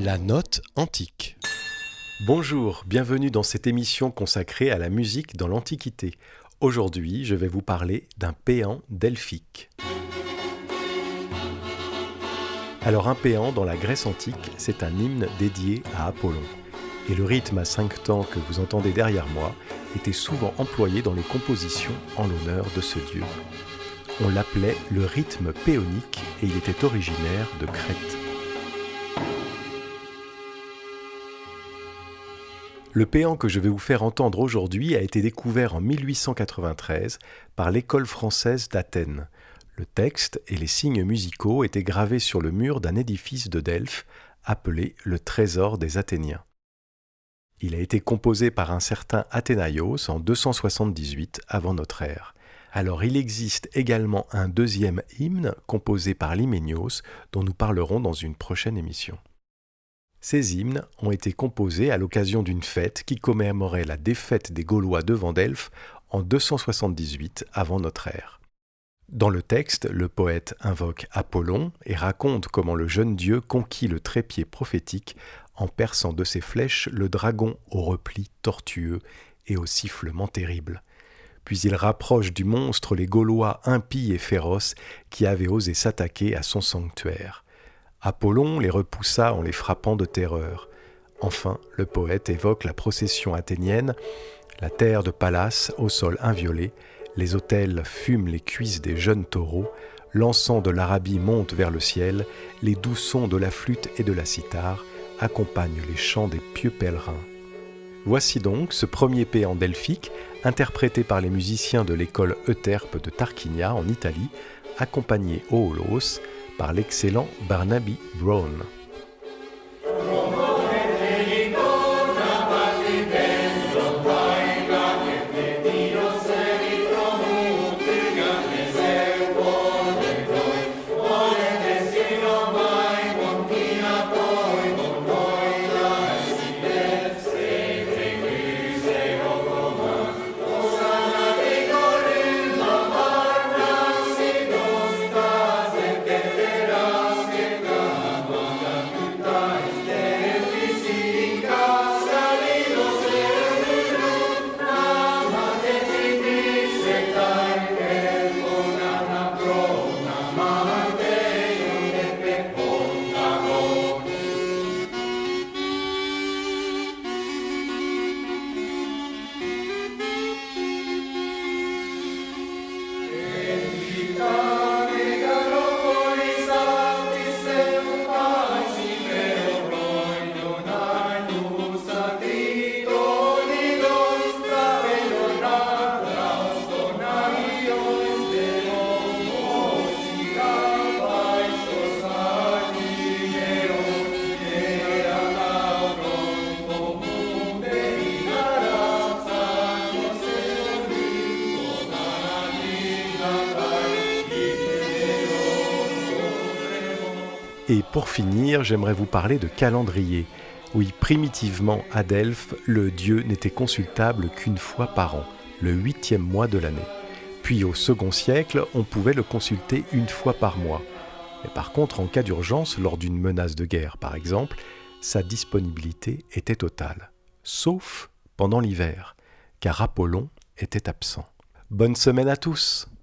La note antique. Bonjour, bienvenue dans cette émission consacrée à la musique dans l'Antiquité. Aujourd'hui, je vais vous parler d'un péant delphique. Alors un péant dans la Grèce antique, c'est un hymne dédié à Apollon. Et le rythme à 5 temps que vous entendez derrière moi était souvent employé dans les compositions en l'honneur de ce dieu. On l'appelait le rythme péonique et il était originaire de Crète. Le péant que je vais vous faire entendre aujourd'hui a été découvert en 1893 par l'École française d'Athènes. Le texte et les signes musicaux étaient gravés sur le mur d'un édifice de Delphes appelé le Trésor des Athéniens. Il a été composé par un certain Athénaïos en 278 avant notre ère. Alors il existe également un deuxième hymne composé par l'Hyménios dont nous parlerons dans une prochaine émission. Ces hymnes ont été composés à l'occasion d'une fête qui commémorait la défaite des Gaulois devant Delphes en 278 avant notre ère. Dans le texte, le poète invoque Apollon et raconte comment le jeune dieu conquit le trépied prophétique en perçant de ses flèches le dragon au repli tortueux et au sifflement terrible. Puis il rapproche du monstre les Gaulois impies et féroces qui avaient osé s'attaquer à son sanctuaire. Apollon les repoussa en les frappant de terreur. Enfin, le poète évoque la procession athénienne, la terre de Pallas au sol inviolé, les autels fument les cuisses des jeunes taureaux, l'encens de l'Arabie monte vers le ciel, les doux sons de la flûte et de la cithare accompagnent les chants des pieux pèlerins. Voici donc ce premier péant delphique, interprété par les musiciens de l'école Euterpe de Tarquinia en Italie, accompagné au holos par l'excellent Barnaby Brown. Et pour finir, j'aimerais vous parler de calendrier. Oui, primitivement, à Delphes, le dieu n'était consultable qu'une fois par an, le 8e mois de l'année. Puis au second siècle, on pouvait le consulter une fois par mois. Mais par contre, en cas d'urgence, lors d'une menace de guerre par exemple, sa disponibilité était totale. Sauf pendant l'hiver, car Apollon était absent. Bonne semaine à tous!